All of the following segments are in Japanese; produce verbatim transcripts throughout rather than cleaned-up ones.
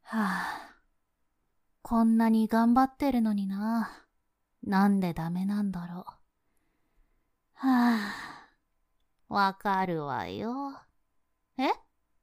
はぁ、こんなに頑張ってるのにな。なんでダメなんだろう。はぁ、わかるわよ。え？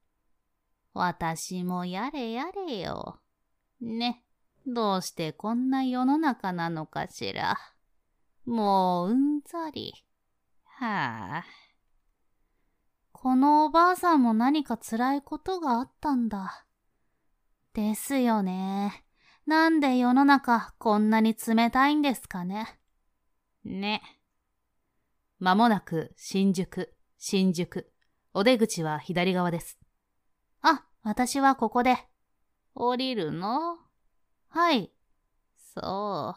私もやれやれよ。ね、どうしてこんな世の中なのかしら。もううんざり。はぁ。このおばあさんも何か辛いことがあったんだ。ですよね。なんで世の中こんなに冷たいんですかね。ね。まもなく新宿、新宿。お出口は左側です。あ、私はここで。降りるの？はい。そう。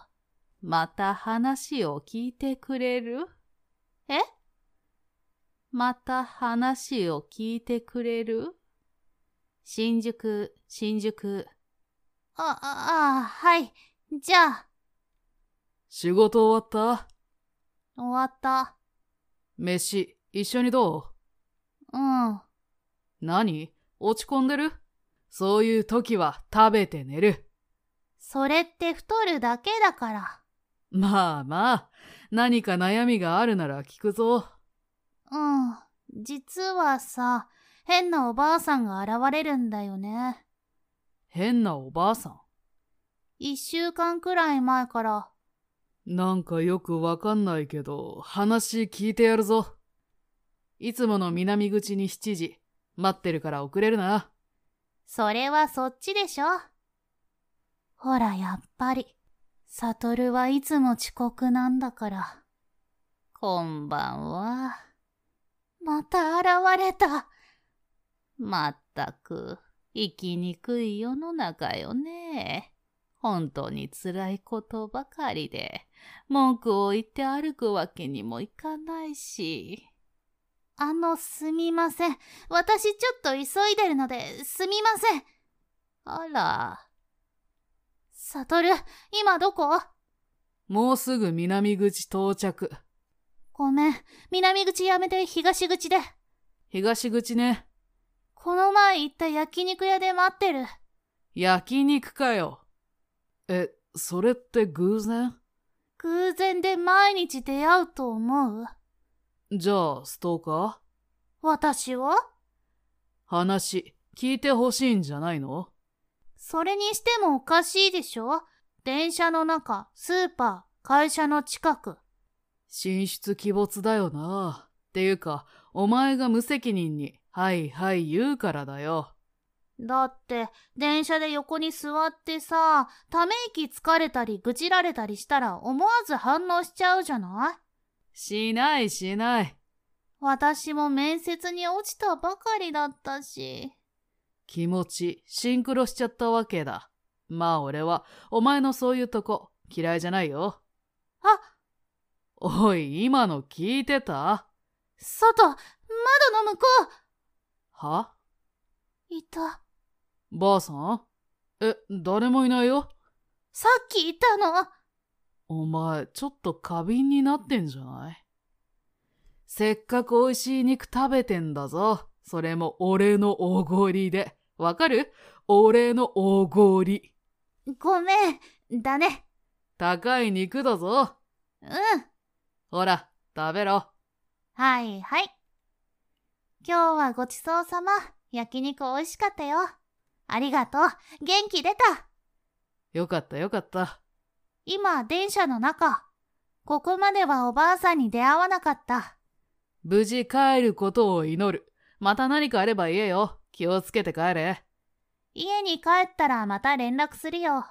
また話を聞いてくれる？え？また話を聞いてくれる？新宿、新宿。あ、あ、あ、はい。じゃあ。 仕事終わった？ 終わった。 飯、一緒にどう？うん。 何？落ち込んでる？そういう時は食べて寝る。 それって太るだけだから。 まあまあ、何か悩みがあるなら聞くぞ。 うん。実はさ、変なおばあさんが現れるんだよね。 変なおばあさん？ 一週間くらい前から。 なんかよくわかんないけど、話聞いてやるぞ。いつもの南口にしちじ、待ってるから遅れるな。 それはそっちでしょ。ほらやっぱり、サトルはいつも遅刻なんだから。こんばんは。また現れた。まったく、生きにくい世の中よね。本当に辛いことばかりで、文句を言って歩くわけにもいかないし。あの、すみません。私ちょっと急いでるので、すみません。あら。サトル、今どこ？ もうすぐ南口到着。 ごめん、南口やめて東口で。 東口ね。 この前行った焼肉屋で待ってる。 焼肉かよ。え、それって偶然？ 偶然で毎日出会うと思う？ じゃあ、ストーカー？ 私は？ 話、聞いてほしいんじゃないの？ それにしてもおかしいでしょ？電車の中、スーパー、会社の近く。 神出鬼没だよな。っていうか、お前が無責任に、はいはい言うからだよ。 だって、電車で横に座ってさ、ため息つかれたり愚痴られたりしたら思わず反応しちゃうじゃない？ しないしない。 私も面接に落ちたばかりだったし。 気持ち、シンクロしちゃったわけだ。まあ俺は、お前のそういうとこ、嫌いじゃないよ。 あ！ おい、今の聞いてた？ 外、窓の向こう！ は？ いた。 ばあさん？え、誰もいないよ。 さっきいたの。 お前、ちょっと過敏になってんじゃない？せっかく美味しい肉食べてんだぞ。それも俺のおごりで。わかる？俺のおごり。 ごめん、だね。 高い肉だぞ。 うん。 ほら、食べろ。 はいはい。今日はごちそうさま。焼肉美味しかったよ。ありがとう。元気出た。 よかったよかった。 今、電車の中。ここまではおばあさんに出会わなかった。 無事帰ることを祈る。また何かあれば言えよ。気をつけて帰れ。 家に帰ったらまた連絡するよ。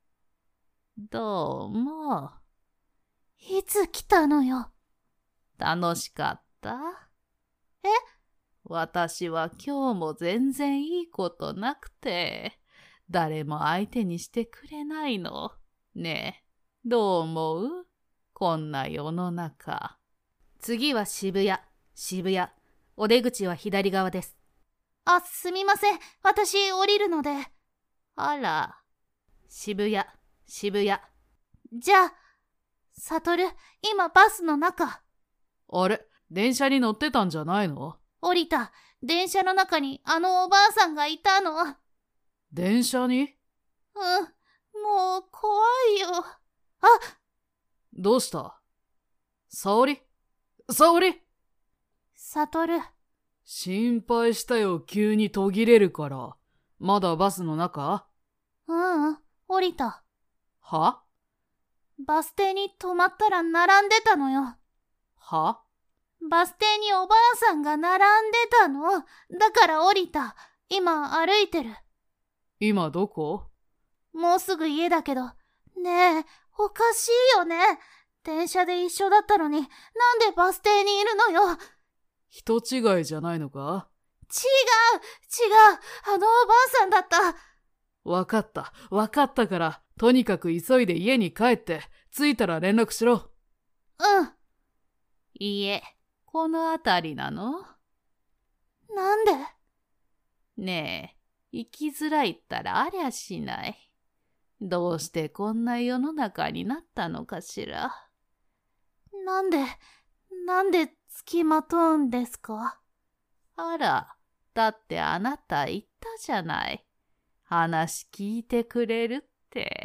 どうも。 いつ来たのよ。 楽しかった？ え？ 私は今日も全然いいことなくて、誰も相手にしてくれないの。ねえ、どう思う？こんな世の中。 次は渋谷、渋谷。お出口は左側です。あ、すみません。私降りるので。 あら、渋谷、渋谷。 じゃあ、サトル、今バスの中。 あれ、電車に乗ってたんじゃないの？ 降りた。電車の中にあのおばあさんがいたの。 電車に？ うん、もう怖いよ。あ！ どうした？沙織？沙織？ サトル。 心配したよ、急に途切れるから。まだバスの中？ ううん、降りた。 は？ バス停に止まったら並んでたのよ。 は？ バス停におばあさんが並んでたの。だから降りた。今歩いてる。 今どこ？ もうすぐ家だけど。ねえ、おかしいよね。電車で一緒だったのに、なんでバス停にいるのよ。 人違いじゃないのか？ 違う、違う。あのおばあさんだった。 わかった、わかったから、とにかく急いで家に帰って、着いたら連絡しろ。 うん。 いえ、この辺りなの？ なんで？ ねえ、行きづらいったらありゃしない。どうしてこんな世の中になったのかしら。 なんで、なんで付きまとうんですか？ あら、だってあなた言ったじゃない。話聞いてくれるって。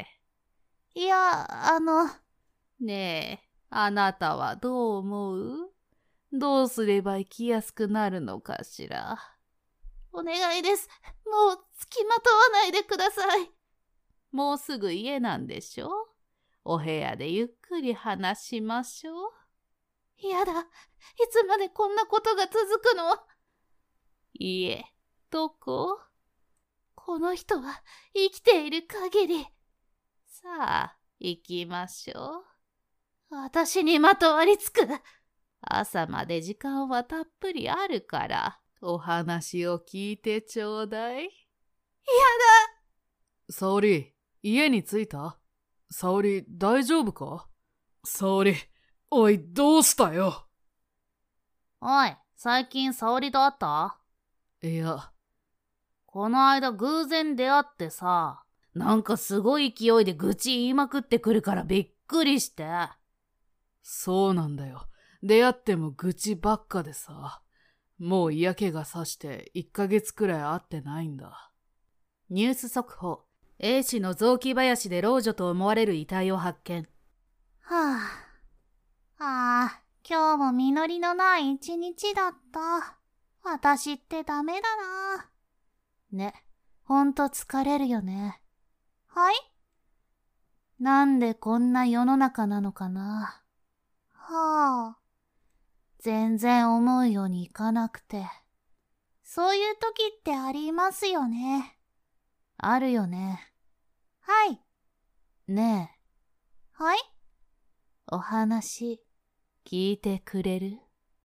いや、あの。 ねえ、あなたはどう思う？どうすれば生きやすくなるのかしら。 お願いです。もう付きまとわないでください。 もうすぐ家なんでしょ？お部屋でゆっくり話しましょう。 やだ。いつまでこんなことが続くの？ いえ、どこ？ この人は生きている限り。 さあ、行きましょう。私にまとわりつく。 朝まで時間はたっぷりあるから、お話を聞いてちょうだい。やだ。沙織、家に着いた？沙織、大丈夫か？沙織、おい、どうしたよ？ おい、最近沙織と会った？ いや。 この間偶然出会ってさ、なんかすごい勢いで愚痴言いまくってくるからびっくりして。 そうなんだよ。出会っても愚痴ばっかでさ。もう嫌気がさしていっかげつくらい会ってないんだ。ニュース速報。A 氏の雑木林で老女と思われる遺体を発見。 はあ。ああ、今日も実りのない一日だった。私ってダメだな。ね、ほんと疲れるよね。はい？なんでこんな世の中なのかな。はあ。全然思うようにいかなくて。そういう時ってありますよね。あるよね。はい。ねえ。はい？ お話聞いてくれる？